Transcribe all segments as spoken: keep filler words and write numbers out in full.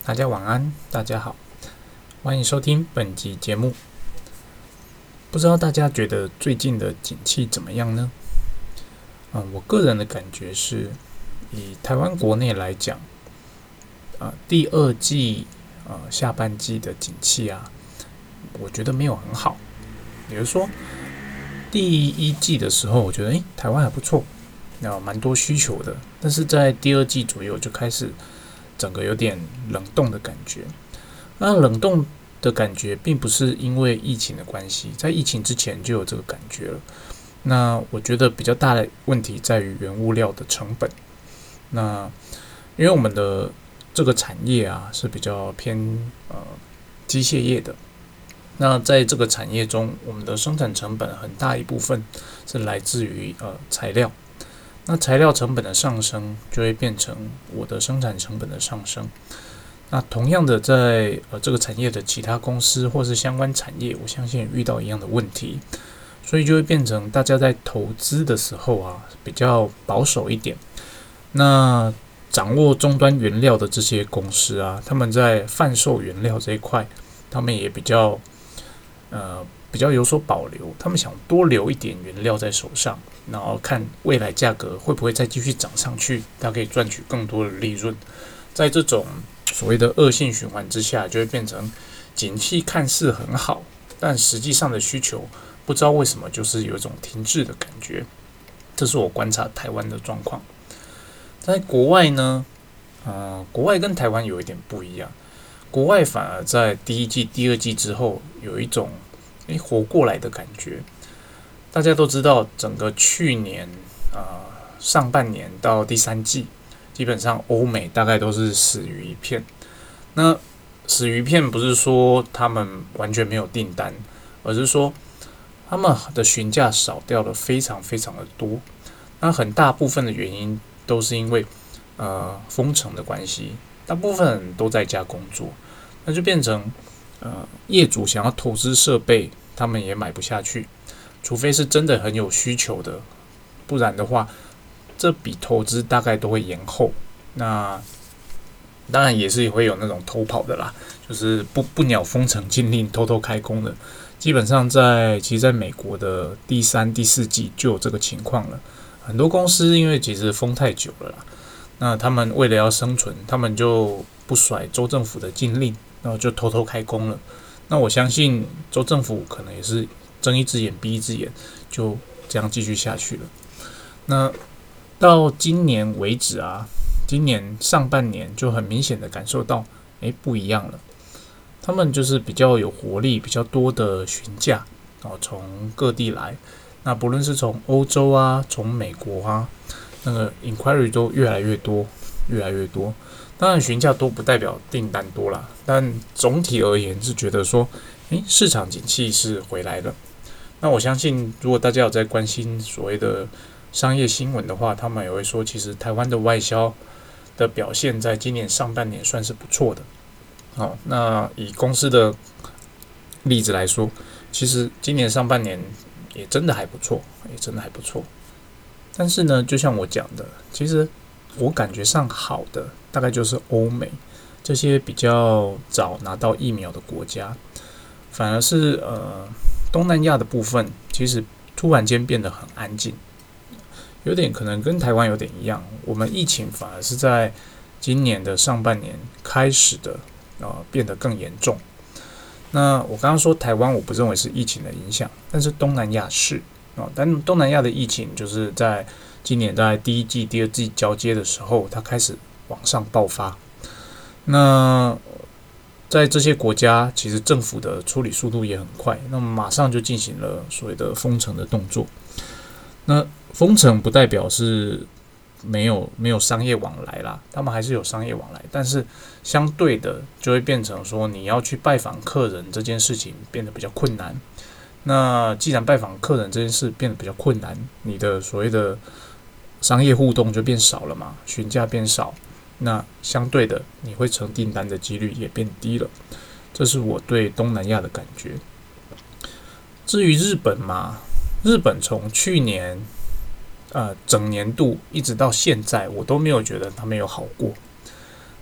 大家晚安，大家好，欢迎收听本集节目。不知道大家觉得最近的景气怎么样呢？嗯，我个人的感觉是，以台湾国内来讲，呃，第二季呃下半季的景气啊，我觉得没有很好。比如说第一季的时候，我觉得诶台湾还不错，有蛮多需求的，但是在第二季左右就开始整个有点冷冻的感觉。那冷冻的感觉并不是因为疫情的关系，在疫情之前就有这个感觉了。那我觉得比较大的问题在于原物料的成本。那因为我们的这个产业啊是比较偏呃机械业的，那在这个产业中，我们的生产成本很大一部分是来自于呃材料。那材料成本的上升，就会变成我的生产成本的上升。那同样的在，在呃这个产业的其他公司或是相关产业，我相信也遇到一样的问题，所以就会变成大家在投资的时候啊，比较保守一点。那掌握终端原料的这些公司啊，他们在贩售原料这一块，他们也比较呃比较有所保留，他们想多留一点原料在手上，然后看未来价格会不会再继续涨上去，它可以赚取更多的利润。在这种所谓的恶性循环之下，就会变成景气看似很好，但实际上的需求不知道为什么就是有一种停滞的感觉。这是我观察台湾的状况。在国外呢，呃，国外跟台湾有一点不一样，国外反而在第一季、第二季之后有一种诶活过来的感觉。大家都知道，整个去年呃上半年到第三季，基本上欧美大概都是死鱼一片。那死鱼片不是说他们完全没有订单，而是说他们的询价少掉了非常非常的多。那很大部分的原因都是因为呃封城的关系，大部分人都在家工作，那就变成呃业主想要投资设备，他们也买不下去，除非是真的很有需求的，不然的话，这笔投资大概都会延后。那当然也是会有那种偷跑的啦，就是不不鸟封城禁令偷偷开工的。基本上在其实在美国的第三、第四季就有这个情况了。很多公司因为其实封太久了啦，那他们为了要生存，他们就不甩州政府的禁令，然后就偷偷开工了。那我相信州政府可能也是睁一只眼闭一只眼，就这样继续下去了。那到今年为止啊，今年上半年就很明显的感受到，哎，不一样了。他们就是比较有活力，比较多的询价，哦，从各地来。那不论是从欧洲啊，从美国啊，那个 inquiry 都越来越多，越来越多。当然询价多不代表订单多啦，但总体而言是觉得说，诶，市场景气是回来了。那我相信，如果大家有在关心所谓的商业新闻的话，他们也会说，其实台湾的外销的表现在今年上半年算是不错的。好，那以公司的例子来说，其实今年上半年也真的还不错，也真的还不错。但是呢，就像我讲的，其实我感觉上好的大概就是欧美这些比较早拿到疫苗的国家，反而是呃东南亚的部分，其实突然间变得很安静，有点可能跟台湾有点一样。我们疫情反而是在今年的上半年开始的，呃，变得更严重。那我刚刚说台湾，我不认为是疫情的影响，但是东南亚是啊、哦。但东南亚的疫情就是在今年在第一季、第二季交接的时候，它开始往上爆发。那在这些国家，其实政府的处理速度也很快，那么马上就进行了所谓的封城的动作。那封城不代表是没有没有商业往来啦，他们还是有商业往来，但是相对的就会变成说，你要去拜访客人这件事情变得比较困难。那既然拜访客人这件事变得比较困难，你的所谓的商业互动就变少了嘛，询价变少，那相对的你会成订单的几率也变低了。这是我对东南亚的感觉。至于日本嘛，日本从去年呃整年度一直到现在，我都没有觉得他们有好过。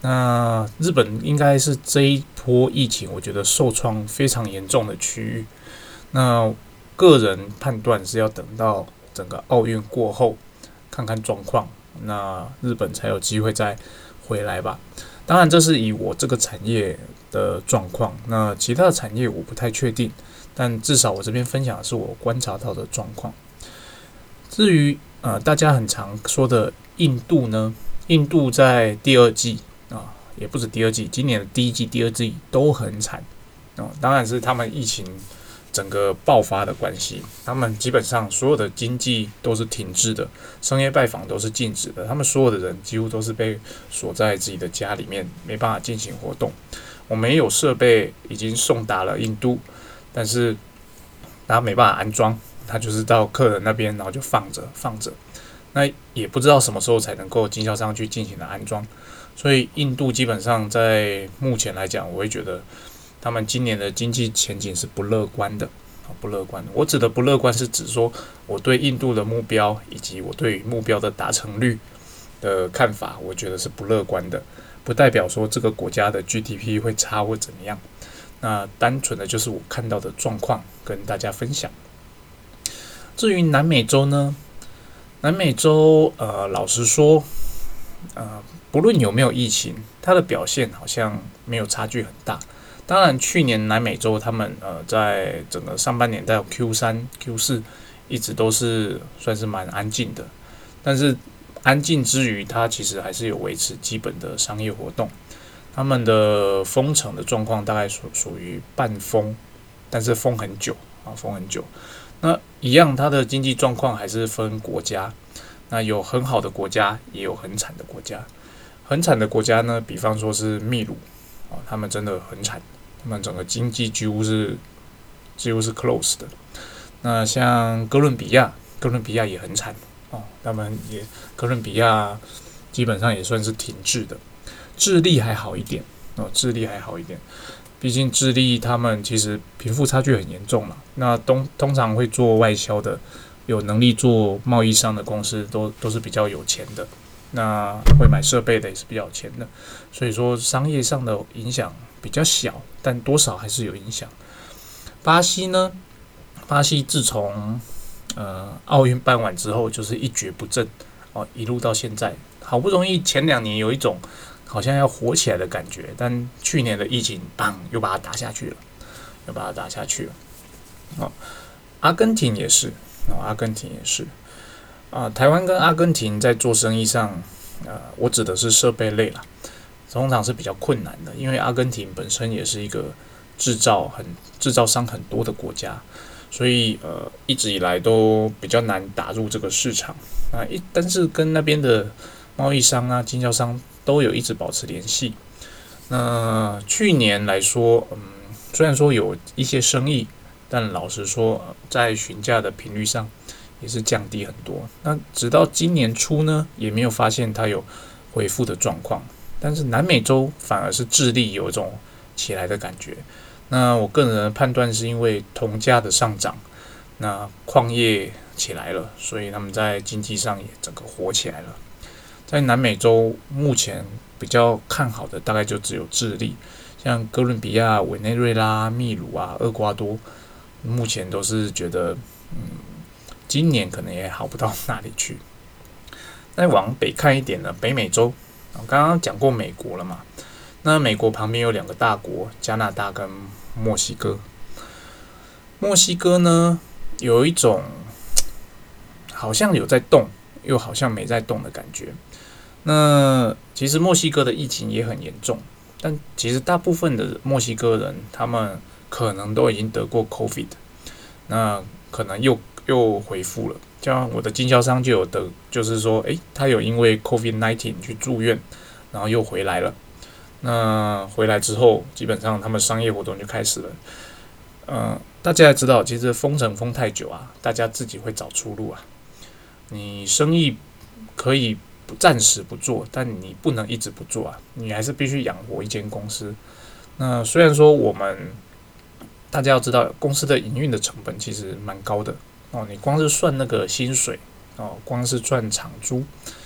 那日本应该是这一波疫情，我觉得受创非常严重的区域。那个人判断是要等到整个奥运过后看看状况，那日本才有机会再回来吧。当然，这是以我这个产业的状况，那其他的产业我不太确定，但至少我这边分享的是我观察到的状况。至于呃大家很常说的印度呢，印度在第二季啊，也不止第二季，今年的第一季、第二季都很惨哦。当然是他们疫情整个爆发的关系，他们基本上所有的经济都是停滞的，商业拜访都是禁止的，他们所有的人几乎都是被锁在自己的家里面，没办法进行活动。我们也有设备已经送达了印度，但是他没办法安装，他就是到客人那边，然后就放着放着，那也不知道什么时候才能够经销商去进行的安装。所以印度基本上在目前来讲，我会觉得他们今年的经济前景是不乐观的，不乐观的。我指的不乐观是指说，我对印度的目标以及我对目标的达成率的看法，我觉得是不乐观的，不代表说这个国家的 G D P 会差或怎么样。那单纯的就是我看到的状况跟大家分享。至于南美洲呢，南美洲呃，老实说，呃，不论有没有疫情，它的表现好像没有差距很大。当然，去年南美洲他们呃在整个上半年到 Q 三、Q 四一直都是算是蛮安静的，但是安静之余，它其实还是有维持基本的商业活动。他们的封城的状况大概属属于半封，但是封很久啊，封很久。那一样，它的经济状况还是分国家，那有很好的国家，也有很惨的国家。很惨的国家呢，比方说是秘鲁啊，他们真的很惨。他们整个经济几乎是几乎是 close 的。那像哥伦比亚，哥伦比亚也很惨哦，他们也哥伦比亚基本上也算是停滞的。智利还好一点哦，智利还好一点，毕竟智利他们其实贫富差距很严重嘛。那通通常会做外销的，有能力做贸易商的公司都都是比较有钱的，那会买设备的也是比较有钱的，所以说商业上的影响比较小，但多少还是有影响。巴西呢？巴西自从呃奥运办完之后，就是一蹶不振哦，一路到现在，好不容易前两年有一种好像要火起来的感觉，但去年的疫情，砰，又把它打下去了，又把它打下去了。哦，阿根廷也是，哦，阿根廷也是啊、呃。台湾跟阿根廷在做生意上，呃，我指的是设备类啦，通常是比较困难的，因为阿根廷本身也是一个制造很制造商很多的国家，所以呃一直以来都比较难打入这个市场啊。一但是跟那边的贸易商啊、经销商都有一直保持联系。那去年来说，嗯，虽然说有一些生意，但老实说，在询价的频率上也是降低很多。那直到今年初呢，也没有发现它有恢复的状况。但是南美洲反而是智利有一种起来的感觉。那我个人的判断是因为铜价的上涨，那矿业起来了，所以他们在经济上也整个活起来了。在南美洲目前比较看好的大概就只有智利，像哥伦比亚、委内瑞拉、秘鲁啊、厄瓜多，目前都是觉得，嗯，今年可能也好不到哪里去。再往北看一点呢，北美洲，刚刚讲过美国了嘛，那美国旁边有两个大国，加拿大跟墨西哥。墨西哥呢，有一种好像有在动，又好像没在动的感觉。那其实墨西哥的疫情也很严重，但其实大部分的墨西哥人，他们可能都已经得过 COVID， 那可能又又恢复了。像我的经销商就有得，就是说，诶，他有因为 COVID 十九 去住院，然后又回来了。那回来之后，基本上他们商业活动就开始了。呃，大家也知道，其实封城封太久啊，大家自己会找出路啊。你生意可以暂时不做，但你不能一直不做啊，你还是必须养活一间公司。那虽然说我们大家要知道，公司的营运的成本其实蛮高的哦，你光是算那个薪水哦，光是赚厂租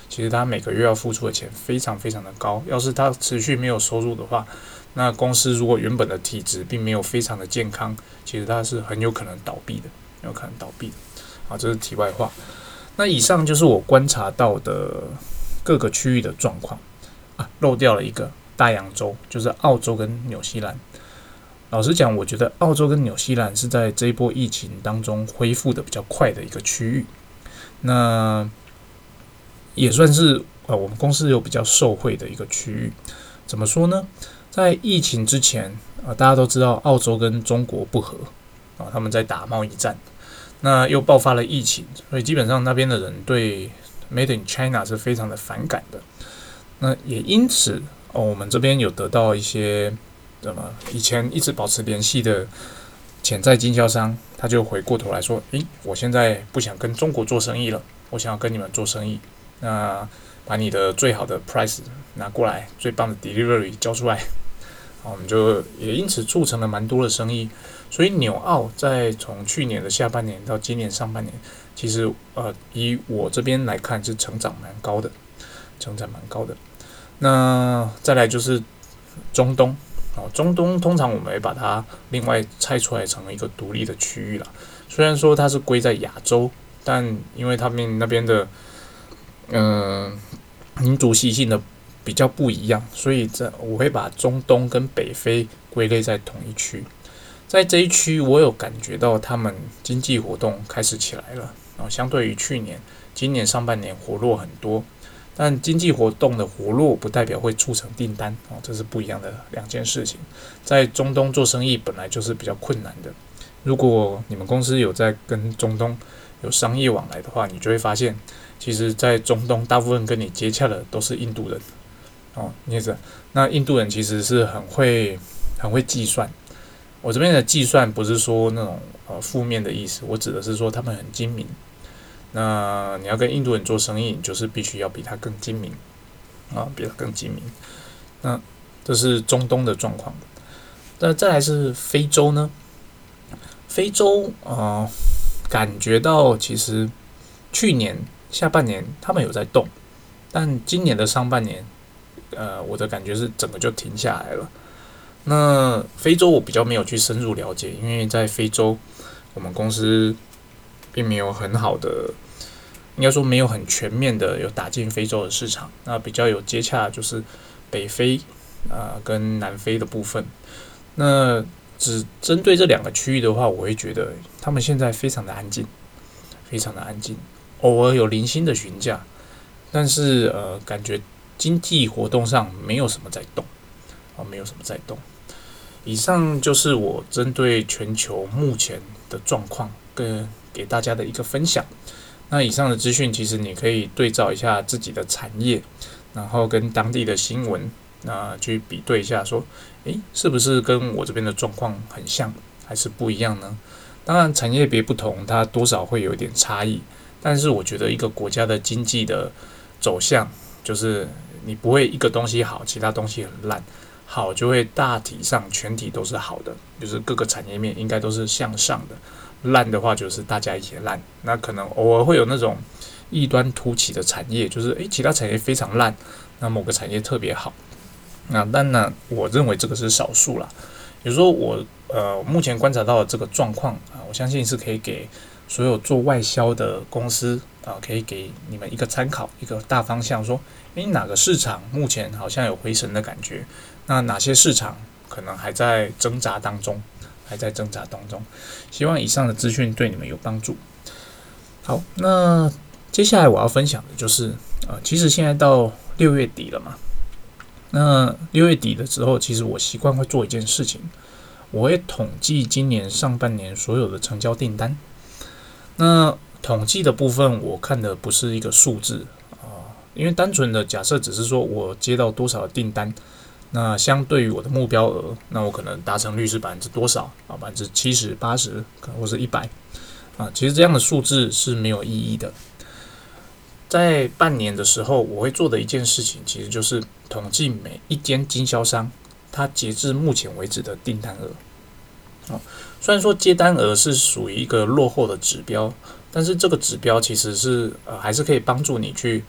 其实他每个月要付出的钱非常非常的高。要是他持续没有收入的话，那公司如果原本的体质并没有非常的健康，其实它是很有可能倒闭的，有可能倒闭的。好，这是题外话。那以上就是我观察到的各个区域的状况啊，漏掉了一个大洋洲，就是澳洲跟纽西兰。老实讲，我觉得澳洲跟纽西兰是在这一波疫情当中恢复的比较快的一个区域。那也算是呃我们公司有比较受惠的一个区域。怎么说呢？在疫情之前，呃，大家都知道澳洲跟中国不和啊，他们在打贸易战。那又爆发了疫情，所以基本上那边的人对 Made in China 是非常的反感的。那也因此，哦，我们这边有得到一些怎么以前一直保持联系的潜在经销商，他就回过头来说：“诶，我现在不想跟中国做生意了，我想要跟你们做生意。那把你的最好的 price 拿过来，最棒的 delivery 交出来。”我们就也因此促成了蛮多的生意。所以纽澳在从去年的下半年到今年上半年，其实呃以我这边来看是成长蛮高的，成长蛮高的。那再来就是中东。哦，中东通常我们会把它另外拆出来成为一个独立的区域啦。虽然说它是归在亚洲，但因为他们那边的嗯、呃、民族习性的比较不一样，所以这我会把中东跟北非归类在同一区。在这一区，我有感觉到他们经济活动开始起来了，然后相对于去年，今年上半年活络很多。但经济活动的活络不代表会促成订单哦，这是不一样的两件事情。在中东做生意本来就是比较困难的。如果你们公司有在跟中东有商业往来的话，你就会发现，其实，在中东大部分跟你接洽的都是印度人哦，你也知道，那印度人其实是很会很会计算。我这边的计算不是说那种呃负面的意思，我指的是说他们很精明。那你要跟印度人做生意，你就是必须要比他更精明啊，比他更精明。那这是中东的状况。那再来是非洲呢？非洲啊、呃，感觉到其实去年下半年他们有在动，但今年的上半年，呃，我的感觉是整个就停下来了。那非洲我比较没有去深入了解，因为在非洲我们公司并没有很好的，应该说没有很全面的有打进非洲的市场。那比较有接洽就是北非啊、呃、跟南非的部分。那只针对这两个区域的话，我会觉得他们现在非常的安静，非常的安静，偶尔有零星的询价，但是呃感觉经济活动上没有什么在动，哦，没有什么在动。以上就是我针对全球目前的状况跟给大家的一个分享。那以上的资讯其实你可以对照一下自己的产业，然后跟当地的新闻，那去比对一下说，诶，是不是跟我这边的状况很像，还是不一样呢？当然产业别不同，它多少会有一点差异，但是我觉得一个国家的经济的走向，就是你不会一个东西好，其他东西很烂。好就会大体上全体都是好的，就是各个产业面应该都是向上的。烂的话就是大家一起烂，那可能偶尔会有那种异端突起的产业，就是诶其他产业非常烂，那某个产业特别好。那但呢，我认为这个是少数啦。比如说我呃目前观察到的这个状况啊，我相信是可以给所有做外销的公司啊，可以给你们一个参考，一个大方向，说诶哪个市场目前好像有回升的感觉。那哪些市场可能还在挣扎当中，还在挣扎当中？希望以上的资讯对你们有帮助。好，那接下来我要分享的就是，呃，其实现在到六月底了嘛。那六月底的时候，其实我习惯会做一件事情，我会统计今年上半年所有的成交订单。那统计的部分，我看的不是一个数字啊、呃，因为单纯的假设只是说我接到多少的订单。那相对于我的目标额，那我可能达成率是百分之多少啊？百分之七十、八十，可能或是一百啊。其实这样的数字是没有意义的。在半年的时候，我会做的一件事情，其实就是统计每一间经销商它截至目前为止的订单额。哦，虽然说接单额是属于一个落后的指标，但是这个指标其实是呃还是可以帮助你去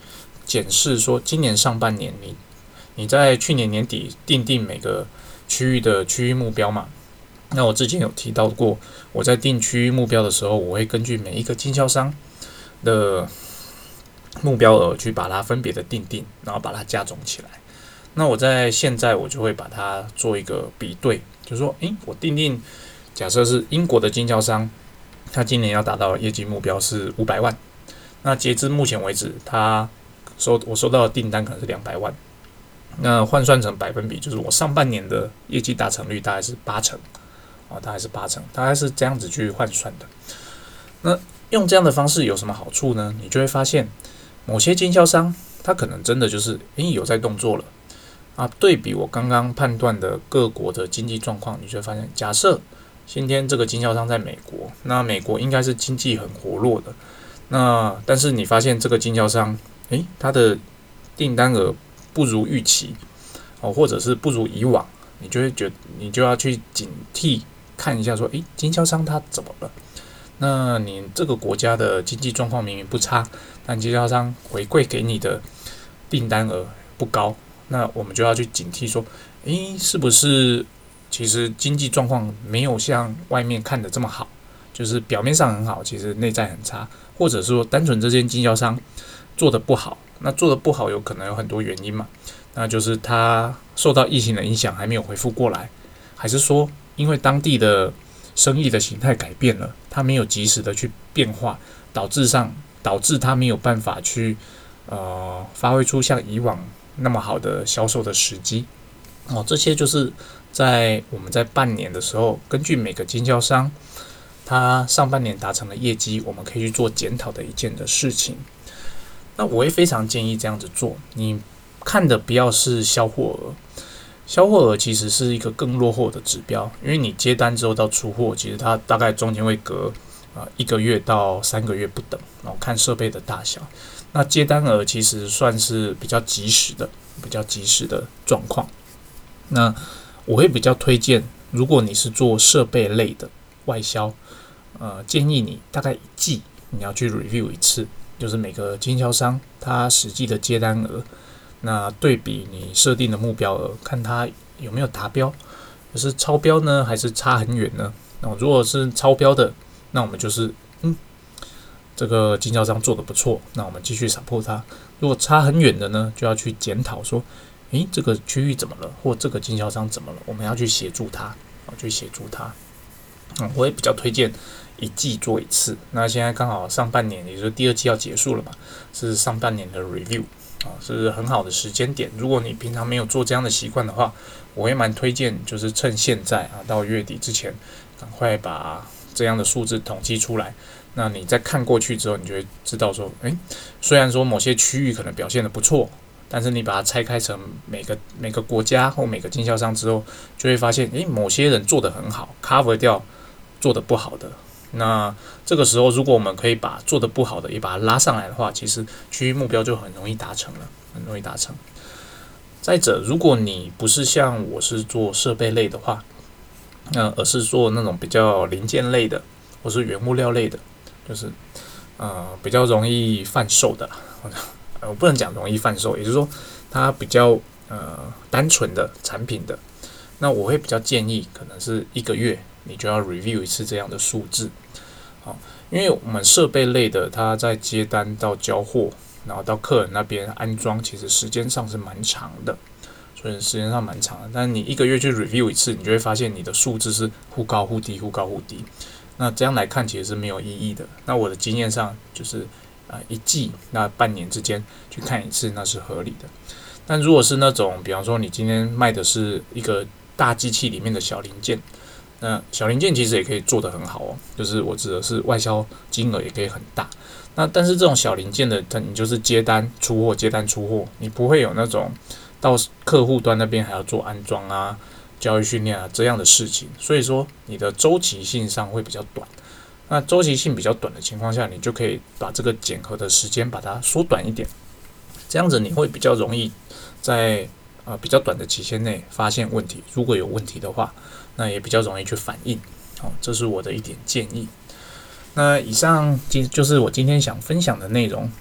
检视说，今年上半年你你在去年年底定定每个区域的区域目标嘛？那我之前有提到过，我在定区域目标的时候，我会根据每一个经销商的目标额去把它分别的定定，然后把它加总起来。那我在现在我就会把它做一个比对，就是说，诶，我定定假设是英国的经销商，他今年要达到的业绩目标是五百万，那截至目前为止，他收我收到的订单可能是两百万，那换算成百分比，就是我上半年的业绩达成率大概是八成。哦，大概是八成，大概是这样子去换算的。那用这样的方式有什么好处呢？你就会发现，某些经销商他可能真的就是诶有在动作了啊。对比我刚刚判断的各国的经济状况，你就会发现，假设今天这个经销商在美国，那美国应该是经济很活络的。那但是你发现这个经销商，诶，他的订单额不如预期，哦，或者是不如以往，你就会觉得你就要去警惕。看一下说，诶，经销商他怎么了？那你这个国家的经济状况明明不差，但经销商回馈给你的订单额不高，那我们就要去警惕说，诶，是不是其实经济状况没有像外面看的这么好？就是表面上很好，其实内在很差，或者说单纯这间经销商做的不好，那做的不好有可能有很多原因嘛，那就是他受到疫情的影响还没有恢复过来，还是说因为当地的生意的形态改变了，他没有及时的去变化，导致上导致他没有办法去呃发挥出像以往那么好的销售的时机。哦，这些就是在我们在半年的时候，根据每个经销商他上半年达成的业绩，我们可以去做检讨的一件的事情。那我会非常建议这样子做，你看的不要是销货额。销货额其实是一个更落后的指标，因为你接单之后到出货，其实它大概中间会隔呃一个月到三个月不等，然后看设备的大小。那接单额其实算是比较及时的、比较及时的状况。那我会比较推荐，如果你是做设备类的外销，呃，建议你大概一季你要去 review 一次，就是每个经销商他实际的接单额。那对比你设定的目标额，看它有没有达标，就是超标呢，还是差很远呢？那如果是超标的，那我们就是嗯，这个经销商做得不错，那我们继续 support 它。如果差很远的呢，就要去检讨说，诶，这个区域怎么了，或这个经销商怎么了，我们要去协助他，去协助他。嗯，我也比较推荐一季做一次。那现在刚好上半年，也就是第二季要结束了嘛，是上半年的 review。啊，是很好的时间点。如果你平常没有做这样的习惯的话，我也蛮推荐，就是趁现在啊，到月底之前，赶快把这样的数字统计出来。那你再看过去之后，你就会知道说，诶，虽然说某些区域可能表现得不错，但是你把它拆开成每个每个国家或每个经销商之后，就会发现，诶，某些人做得很好 ，cover 掉做得不好的。那这个时候，如果我们可以把做得不好的也把它拉上来的话，其实区域目标就很容易达成了，很容易达成。再者，如果你不是像我是做设备类的话，呃，而是做那种比较零件类的，或是原物料类的，就是呃比较容易贩售的，呃，我不能讲容易贩售，也就是说它比较呃单纯的产品的，那我会比较建议，可能是一个月你就要 review 一次这样的数字。好，因为我们设备类的，它在接单到交货，然后到客人那边安装，其实时间上是蛮长的，所以时间上蛮长的。但是你一个月去 review 一次，你就会发现你的数字是忽高忽低，忽高忽低。那这样来看，其实是没有意义的。那我的经验上就是，呃，一季那半年之间去看一次，那是合理的。但如果是那种，比方说你今天卖的是一个大机器里面的小零件。那小零件其实也可以做得很好哦，就是我指的是外销金额也可以很大。那但是这种小零件的，你就是接单出货，接单出货，你不会有那种到客户端那边还要做安装啊、教育训练啊这样的事情。所以说你的周期性上会比较短。那周期性比较短的情况下，你就可以把这个检核的时间把它缩短一点，这样子你会比较容易在呃比较短的期限内发现问题。如果有问题的话，那也比较容易去反应，好，这是我的一点建议。那以上就是我今天想分享的内容。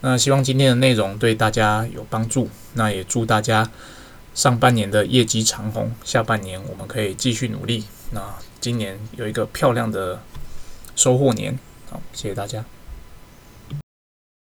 那希望今天的内容对大家有帮助，那也祝大家上半年的业绩长红，下半年我们可以继续努力，那今年有一个漂亮的收获年。好，谢谢大家。